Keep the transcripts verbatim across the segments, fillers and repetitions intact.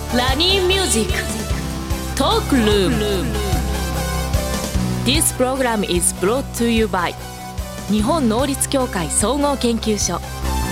ラニーミュージックトークルーム This program is brought to you by 日本能率協会総合研究所。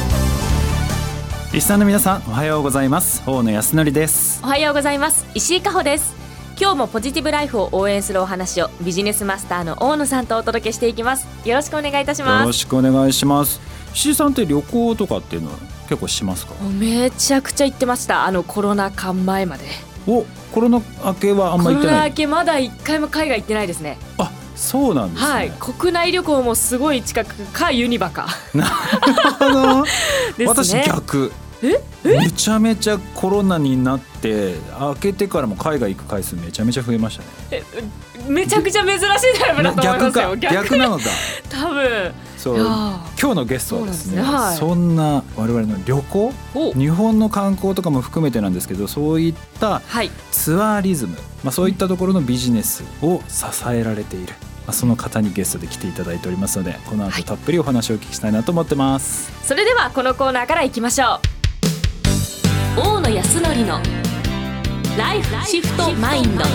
リスナーの皆さんおはようございます。大野康則です。 おはようございます。石井加穂です。今日もポジティブライフを応援するお話をビジネスマスターの大野さんとお届けしていきます。よろしくお願いいたします。 よろしくお願いします。石井さんって旅行とかっていうのは結構しますか？ めちゃくちゃ行ってました。あのコロナ禍前まで。 お、コロナ明けはあんまり行ってない？ コロナ明けまだ一回も海外行ってないですね。 あ、そうなんですね。 はい、国内旅行もすごい近くかユニバかなるほどですね。 私逆。 ええめちゃめちゃコロナになって明けてからも海外行く回数めちゃめちゃ増えましたね。 えめちゃくちゃ珍しいタイプだと思いますよ。 逆か、逆なのか多分。 そう今日のゲストはですね、 そうなんですね、はい、 そんな我々の旅行、日本の観光とかも含めてなんですけど、そういったツアーリズム、まあ、そういったところのビジネスを支えられている、まあ、その方にゲストで来ていただいておりますので、この後たっぷりお話をお聞きしたいなと思ってます、 はい、それではこのコーナーからいきましょう。大野康則のライフシフトマインド。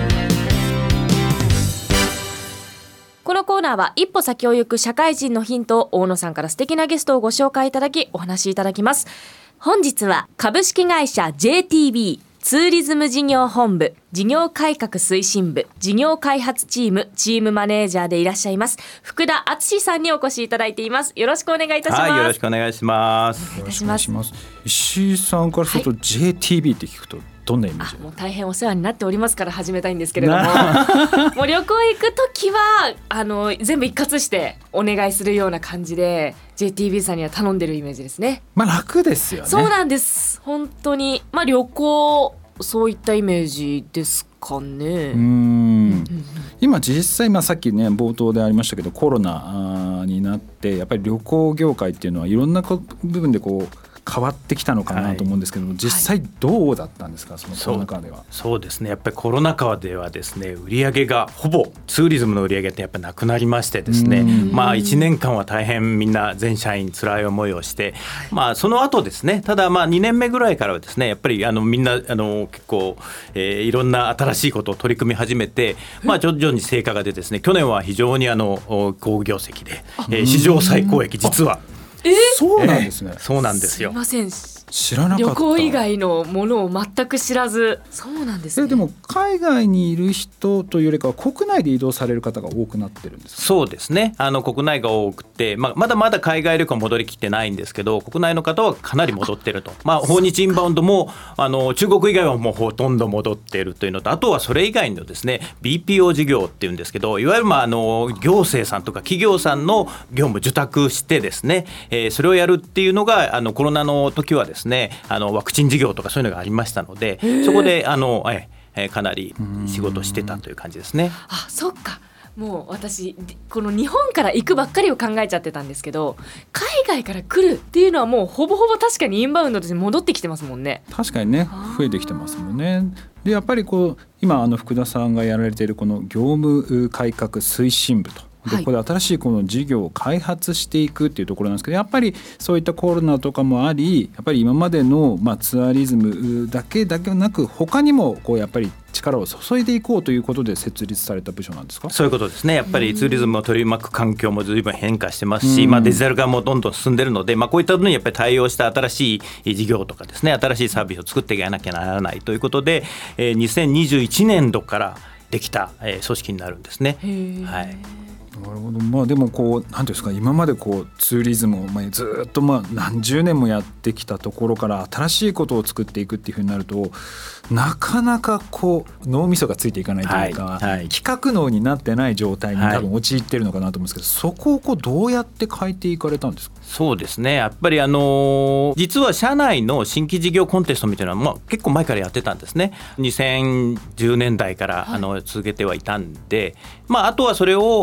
このコーナーは一歩先を行く社会人のヒントを大野さんから素敵なゲストをご紹介いただきお話しいただきます。本日は株式会社 ジェーティービー ツーリズム事業本部事業改革推進部事業開発チームチームマネージャーでいらっしゃいます福田敦さんにお越しいただいています。よろしくお願いいたします。 はい、よろしくお願いします。 お願いいたします。 石井さんからすると ジェーティービー って聞くとどんなイメージ？ あ、もう大変お世話になっておりますから始めたいんですけれどももう旅行行くときはあの全部一括してお願いするような感じで ジェーティービー さんには頼んでるイメージですね。 まあ楽ですよね。 そうなんです。本当に、まあ、旅行そういったイメージですかね。 うーん今実際、まあ、さっきね冒頭でありましたけどコロナになってやっぱり旅行業界っていうのはいろんな部分でこう変わってきたのかなと思うんですけども、はい、実際どうだったんですか、そのコロナ禍では。 そう、そうですね、やっぱりコロナ禍ではですね、売り上げがほぼツーリズムの売り上げってやっぱなくなりましてですね、まあいちねんかんは大変みんな全社員辛い思いをして、まあその後ですね、ただまあにねんめぐらいからはですね、やっぱりあのみんなあの結構、えー、いろんな新しいことを取り組み始めて、まあ徐々に成果が出てですね、去年は非常にあの好業績で、えー、史上最高益実はえー、 そうなんですね、 えー、そうなんですよ。 すいません、 知らなかった。 旅行以外のものを全く知らず。そうなんですね。 えでも海外にいる人というよりかは国内で移動される方が多くなってるんですか？ そうですね、あの国内が多くて、まあ、まだまだ海外旅行戻りきってないんですけど、国内の方はかなり戻ってると。まあ、訪日インバウンドもあの中国以外はもうほとんど戻っているというのと、あとはそれ以外のですね ビーピーオー 事業っていうんですけど、いわゆるまああの行政さんとか企業さんの業務受託してですね、えー、それをやるっていうのがあのコロナの時はですね、あのワクチン事業とかそういうのがありましたので、そこであの、えー、かなり仕事してたという感じですね。 あ、そっか。もう私この日本から行くばっかりを考えちゃってたんですけど、海外から来るっていうのはもうほぼほぼ確かにインバウンドとして戻ってきてますもんね。 確かにね、増えてきてますもんね。でやっぱりこう今あの福田さんがやられているこの業務改革推進部と、でここで新しいこの事業を開発していくっていうところなんですけど、やっぱりそういったコロナとかもあり、やっぱり今までのまあツアーリズムだけだけなく他にもこうやっぱり力を注いでいこうということで設立された部署なんですか？ そういうことですね。やっぱりツーリズムを取り巻く環境も随分変化してますし、まあ、デジタル化もどんどん進んでいるので、まあ、こういったのにやっぱり対応した新しい事業とかですね、新しいサービスを作っていかなきゃならないということで、えー、にせんにじゅういちねんどからできた、えー、組織になるんですね。はい。 なるほど。まあ、でもこうなんていうんですか、今までこうツーリズムをまあずっとまあ何十年もやってきたところから新しいことを作っていくっていうふうになると、なかなかこう脳みそがついていかないというか、はいはい、企画脳になってない状態に多分陥ってるのかなと思うんですけど、はい、そこをこうどうやって変えていかれたんですか？ そうですね、やっぱりあの実は社内の新規事業コンテストみたいなのは、まあ、結構前からやってたんですね。にせんじゅうねんだいからあの続けてはいたんで、まあ、あとはそれを、まあ、あ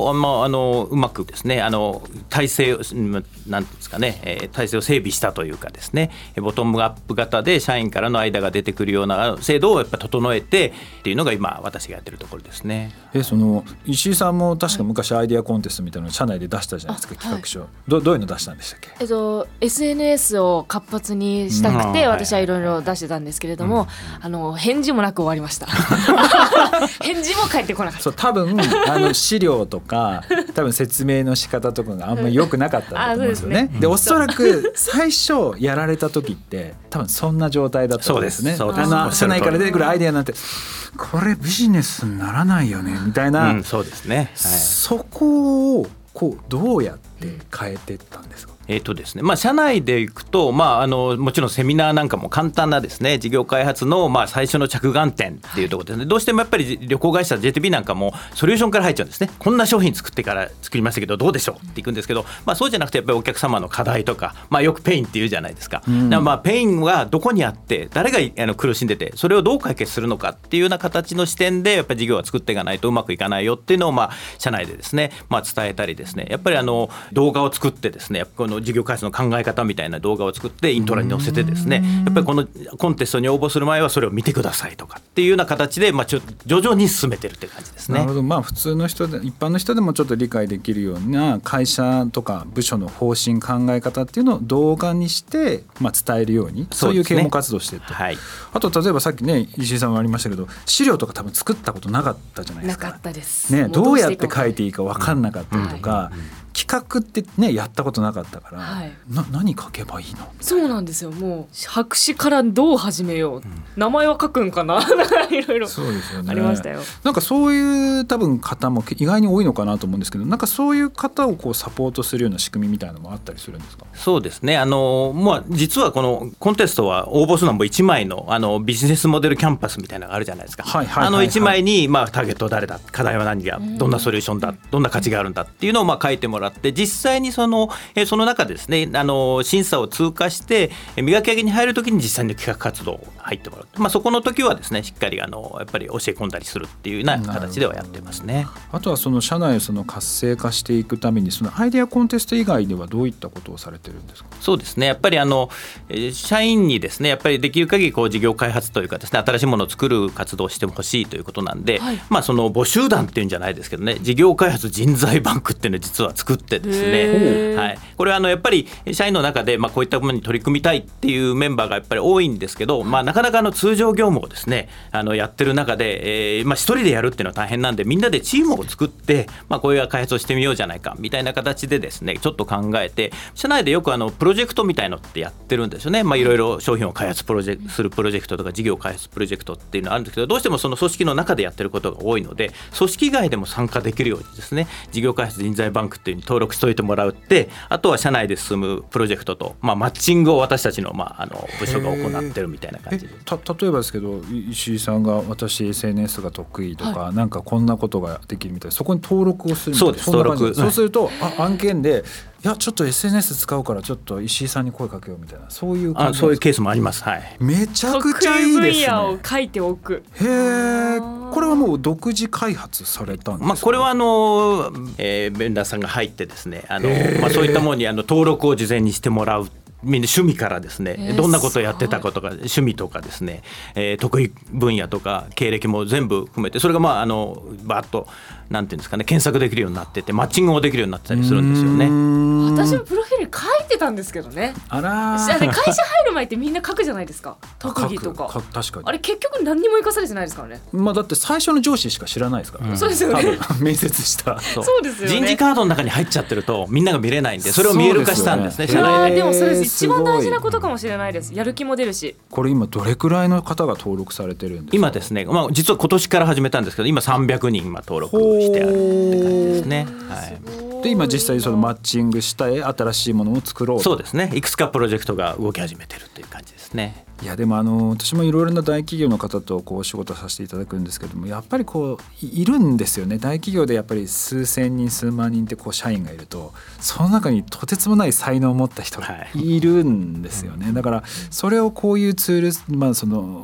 のうまくですねあの体制をなんですかね、えー、体制を整備したというかですねボトムアップ型で社員からの間が出てくるような制度をやっぱ整えてっていうのが今私がやってるところですね。 えその石井さんも確か昔アイデアコンテストみたいなのを社内で出したじゃないですか、企画書、はい、ど, どういうの出したんでしたっけ？ えっと、エスエヌエス を活発にしたくて、うん、私はいろいろ出してたんですけれども、うん、あの返事もなく終わりました返事も返ってこなかった。 そう多分あの資料とか多分説明の仕方とかがあんまり良くなかったんだと思うんですよね。でおそらく最初やられた時って多分そんな状態だったんですね。 そうです、 あの社内から出てくるアイデアなんてこれビジネスにならないよねみたいな、 うん、そうですね、はい、 そこをこうどうやって変えていったんですか？ えーとですねまあ、社内でいくと、まあ、あのもちろんセミナーなんかも簡単なですね事業開発のまあ最初の着眼点っていうところですね。どうしてもやっぱり旅行会社 ジェイティービー なんかもソリューションから入っちゃうんですね。こんな商品作ってから作りましたけどどうでしょうっていくんですけど、まあ、そうじゃなくてやっぱりお客様の課題とか、まあ、よくペインっていうじゃないですか、うん、だからまあペインはどこにあって誰があの苦しんでてそれをどう解決するのかっていうような形の視点でやっぱり事業は作っていかないとうまくいかないよっていうのをまあ社内でですね、まあ、伝えたりですねやっぱりあの動画を作ってですねこの事業開発の考え方みたいな動画を作ってイントラに載せてですねやっぱりこのコンテストに応募する前はそれを見てくださいとかっていうような形でまあちょ徐々に進めてるっていう感じですね。 なるほど、まあ、普通の人で一般の人でもちょっと理解できるような会社とか部署の方針考え方っていうのを動画にしてまあ伝えるようにそういう啓蒙活動していって、はい、あと例えばさっきね石井さんもありましたけど資料とか多分作ったことなかったじゃないですか。 なかったです、 ね、どうやって書いていいか分かんなかったりとか、うんうん企画ってねやったことなかったから、はい、な何書けばいいの？ そうなんですよ。もう白紙からどう始めよう、うん、名前は書くんかないろいろそうですよね、 ありましたよ。 なんかそういう多分方も意外に多いのかなと思うんですけどなんかそういう方をこうサポートするような仕組みみたいなのもあったりするんですか？ そうですねあの、まあ、実はこのコンテストは応募するのもいちまい の, あのビジネスモデルキャンパスみたいなのがあるじゃないですか、はいはいはいはい、あのいちまいに、まあ、ターゲットは誰だ課題は何がどんなソリューションだどんな価値があるんだっていうのをまあ書いてもらって実際にその、えその中でですねあの審査を通過して磨き上げに入るときに実際に企画活動入ってもらう、まあ、そこの時はですねしっかりあのやっぱり教え込んだりするっていうような形ではやってますね。 あとはその社内をその活性化していくためにそのアイデアコンテスト以外ではどういったことをされてるんですか？ そうですねやっぱりあの社員にですねやっぱりできる限りこう事業開発というかですね新しいものを作る活動をしてほしいということなんで、はいまあ、その募集団っていうんじゃないですけどね事業開発人材バンクっていうのを実は作ってですね、はい、これはあのやっぱり社員の中でまあこういったものに取り組みたいっていうメンバーがやっぱり多いんですけど、まあ、なかなかあの通常業務をですねあのやってる中で、えーまあ、一人でやるっていうのは大変なんでみんなでチームを作って、まあ、こういう開発をしてみようじゃないかみたいな形でですねちょっと考えて社内でよくあのプロジェクトみたいのってやってるんですよね。まあいろいろ商品を開発プロジェするプロジェクトとか事業開発プロジェクトっていうのがあるんですけどどうしてもその組織の中でやってることが多いので組織外でも参加できるようにですね事業開発人材バンクっていうのに登録しておいてもらうってあとは社内で進むプロジェクトと、まあ、マッチングを私たちの、まあ、あの部署が行ってるみたいな感じでた例えばですけど石井さんが私 エスエヌエス が得意とか、はい、なんかこんなことができるみたいなそこに登録をするみたいなそうです登録そうすると、はい、あ案件でいやちょっと エスエヌエス 使うからちょっと石井さんに声かけようみたいなそういう感じあそういうケースもあります、はい、 めちゃくちゃいいですね。 得意分野を書いておくへーこれはもう独自開発されたんですか？ まあ、これはあの、えー、ベンダーさんが入ってですねあの、まあ、そういったものにあの登録を事前にしてもらうみんな趣味からですね、えー、どんなことをやってたかとか趣味とかですね、えー、得意分野とか経歴も全部含めてそれがまああのバーッとなんていうんですかね検索できるようになっててマッチングもできるようになってたりするんですよね。 私もプロフィール書いてたんですけどね。 あら会社入る前ってみんな書くじゃないですか特技とかか確かにあれ結局何にも生かされてないですからね。 まあだって最初の上司しか知らないですから、ねうん、そうですよね面接したそうそうですよね。 人事カードの中に入っちゃってるとみんなが見れないんでそれを見える化したんですね社内で。 でもそれ一番大事なことかもしれないです。やる気も出るし。 これ今どれくらいの方が登録されてるんですか？ 今ですね、まあ、実は今年から始めたんですけど今さんびゃくにん今登録してあるって感じですね、はい、 で今実際そのマッチングした新しいものを作ろうとそうですねいくつかプロジェクトが動き始めてるっていう感じですね。 いやでもあの私もいろいろな大企業の方とこうお仕事させていただくんですけどもやっぱりこう い, いるんですよね。大企業でやっぱり数千人数万人ってこう社員がいるとその中にとてつもない才能を持った人がいるんですよね、はい、だからそれをこういうツール、まあ、その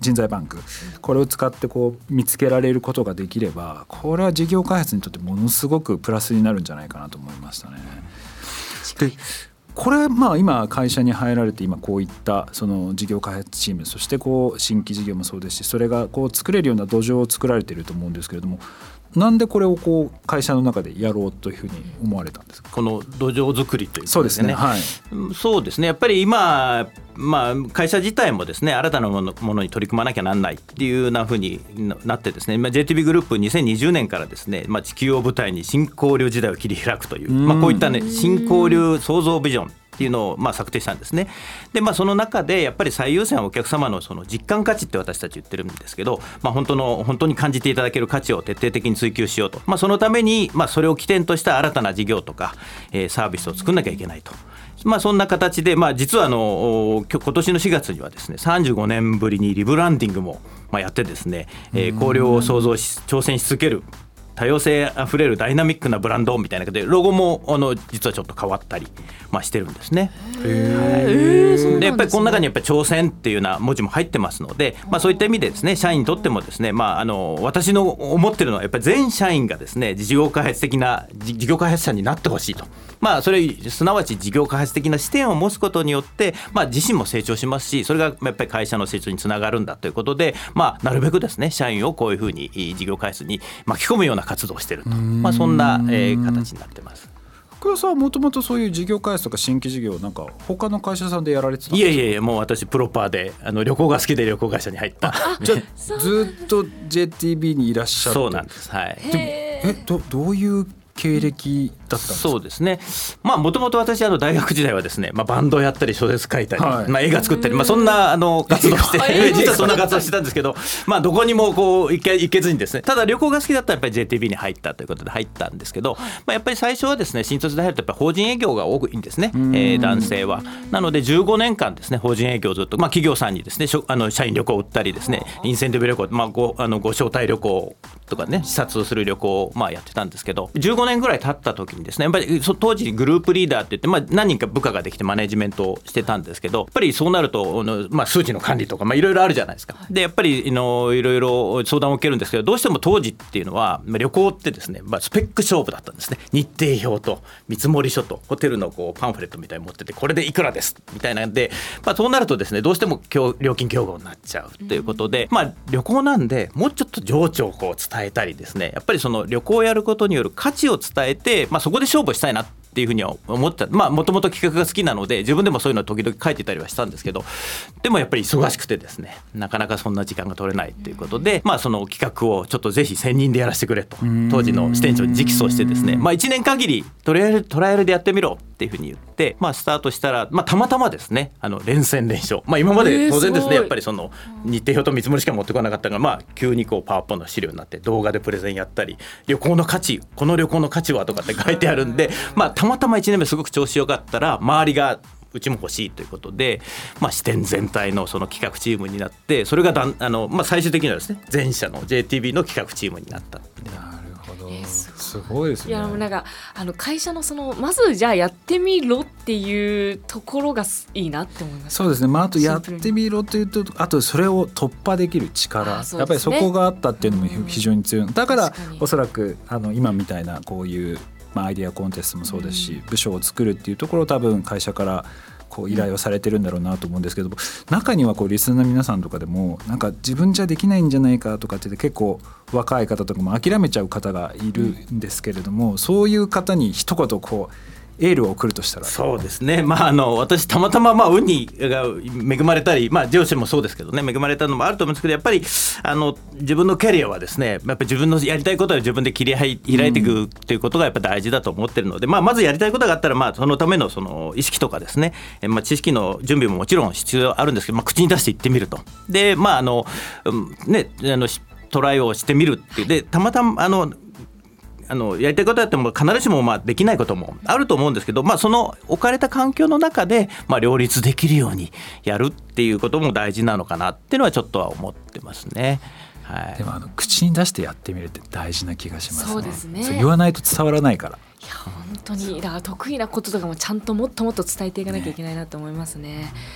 人材バンク、これを使ってこう見つけられることができれば、これは事業開発にとってものすごくプラスになるんじゃないかなと思いましたね。でこれまあ今会社に入られて今こういったその事業開発チーム、そしてこう新規事業もそうですし、それがこう作れるような土壌を作られていると思うんですけれども、なんでこれをこう会社の中でやろうというふうに思われたんですか。 この土壌作りということですね。 そうですね、はい、 そうですね。やっぱり今、まあ、会社自体もですね、新たなもの、ものに取り組まなきゃなんないっていうようなふうになってですね、まあ、ジェイティービー グループにせんにじゅうねんからですね、まあ、地球を舞台に新興流時代を切り開くという、まあ、こういったね新興流創造ビジョンっていうのをまあ策定したんですね。で、まあ、その中でやっぱり最優先はお客様のその実感価値って私たち言ってるんですけど、まあ、本当の本当に感じていただける価値を徹底的に追求しようと、まあ、そのためにまあそれを起点とした新たな事業とか、えー、サービスを作んなきゃいけないと。まあ、そんな形で、まあ、実はあの今年のしがつにはですねさんじゅうごねんぶりにリブランディングもまあやってですね、えー、向上を創造し挑戦し続ける多様性あふれるダイナミックなブランドみたいな形でロゴもあの実はちょっと変わったり、まあ、してるんですね。 へー、 でやっぱりこの中にやっぱり挑戦っていうような文字も入ってますので、まあ、そういった意味でですね社員にとってもですね、まあ、あの私の思ってるのはやっぱり全社員がですね事業開発的な事業開発者になってほしいと、まあ、それすなわち事業開発的な視点を持つことによって、まあ、自身も成長しますし、それがやっぱり会社の成長につながるんだということで、まあ、なるべくですね社員をこういうふうに事業開発に巻き込むような活動をしていると、まあ、そんな、えー、形になってます。 福田さんはもともとそういう事業開発とか新規事業なんか他の会社さんでやられてたんいですか。 やいやいや、もう私プロパーであの旅行が好きで旅行会社に入ったじゃあずっと ジェイティービー にいらっしゃって。 そうなんです、はい、 でもえ ど, どういう経歴だったんですか。 そうですね、まあもともと私あの大学時代はですね、まあ、バンドをやったり小説書いたり、はい、まあ、映画作ったり、まあ、そんなあの活動して実はそんな活動してたんですけど、まあどこにもこう行け、行けずにですね、ただ旅行が好きだったらやっぱり ジェイティービー に入ったということで入ったんですけど、まあ、やっぱり最初はですね新卒で入るとやっぱり法人営業が多いんですね、えー、男性は。なのでじゅうごねんかんですね法人営業をずっと、まあ、企業さんにですねあの社員旅行を売ったりですねインセンティブ旅行、まあ、ご, あのご招待旅行とかね視察する旅行をまあやってたんですけど、じゅうごねんぐらい経った時にですねやっぱり当時グループリーダーって言って、まあ、何人か部下ができてマネジメントをしてたんですけど、やっぱりそうなると、まあ、数値の管理とかいろいろあるじゃないですか。でやっぱりのいろいろ相談を受けるんですけど、どうしても当時っていうのは旅行ってですね、まあ、スペック勝負だったんですね。日程表と見積書とホテルのこうパンフレットみたいに持っててこれでいくらですみたいなんで、まあ、そうなるとですねどうしても料金競合になっちゃうということで、まあ、旅行なんでもうちょっと情緒をこう伝えたりですね、やっぱりその旅行をやることによる価値を伝えて、まあ、そこで勝負したいなっていうふうには思ってた。まあもともと企画が好きなので自分でもそういうのを時々書いてたりはしたんですけど、でもやっぱり忙しくてですねなかなかそんな時間が取れないということで、まあその企画をちょっとぜひ専任でやらせてくれと当時の支店長に直訴してですね、まあいちねん限りトライアル、トライアルでやってみろっていうふうに言って、まあスタートしたら、まあたまたまですねあの連戦連勝、まあ今まで当然ですねやっぱりその日程表と見積もりしか持ってこなかったが、まあ急にこうパワーポの資料になって動画でプレゼンやったり、旅行の価値この旅行の価値はとかって書いてあるんで、まあたまたまいちねんめすごく調子よかったら周りがうちも欲しいということで、まあ、支店全体のその企画チームになって、それがだんあの、まあ、最終的にはですね全社の ジェイティービー の企画チームになった。 なるほど、えー、すごいですね。 いやなんかあの会社のそのまずじゃあやってみろっていうところがいいなって思います。 そうですね、まあ、あとやってみろというとあとそれを突破できる力、ね、やっぱりそこがあったっていうのも非常に強い。だからおそらくあの今みたいなこういうまあ、アイデアコンテストもそうですし、うん、部署を作るっていうところを多分会社からこう依頼をされてるんだろうなと思うんですけど、うん、中にはこうリスナーの皆さんとかでもなんか自分じゃできないんじゃないかとかって結構若い方とかも諦めちゃう方がいるんですけれども、うん、そういう方に一言こうエールを送るとしたら。 そうですね、まあ、あの私たまたままあ運にが恵まれたり、まあ、上司もそうですけどね恵まれたのもあると思うんですけど、やっぱりあの自分のキャリアはですねやっぱり自分のやりたいことは自分で切り開いていくということがやっぱり大事だと思ってるので、まあ、まずやりたいことがあったら、まあ、そのためのその意識とかですね、まあ、知識の準備ももちろん必要あるんですけど、まあ、口に出して言ってみると。でまああの、ね、あのトライをしてみるっていうで、たまたまあのあのやりたいことやっても必ずしもまあできないこともあると思うんですけど、まあ、その置かれた環境の中でまあ両立できるようにやるっていうことも大事なのかなっていうのはちょっとは思ってますね。はい、 でもあの口に出してやってみるって大事な気がしますね。 そうですね。 そう言わないと伝わらないから。 いや本当にだから得意なこととかもちゃんともっともっと伝えていかなきゃいけないなと思いますね。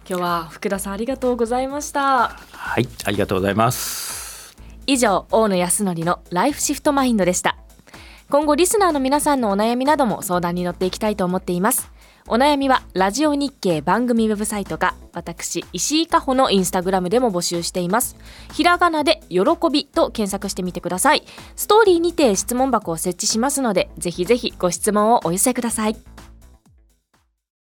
今日は福田さんありがとうございました。 はい、ありがとうございます。 以上、大野康則のライフシフトマインドでした。今後リスナーの皆さんのお悩みなども相談に乗っていきたいと思っています。お悩みはラジオ日経番組ウェブサイトか、私石井加穂のインスタグラムでも募集しています。ひらがなで喜びと検索してみてください。ストーリーにて質問箱を設置しますので、ぜひぜひご質問をお寄せください。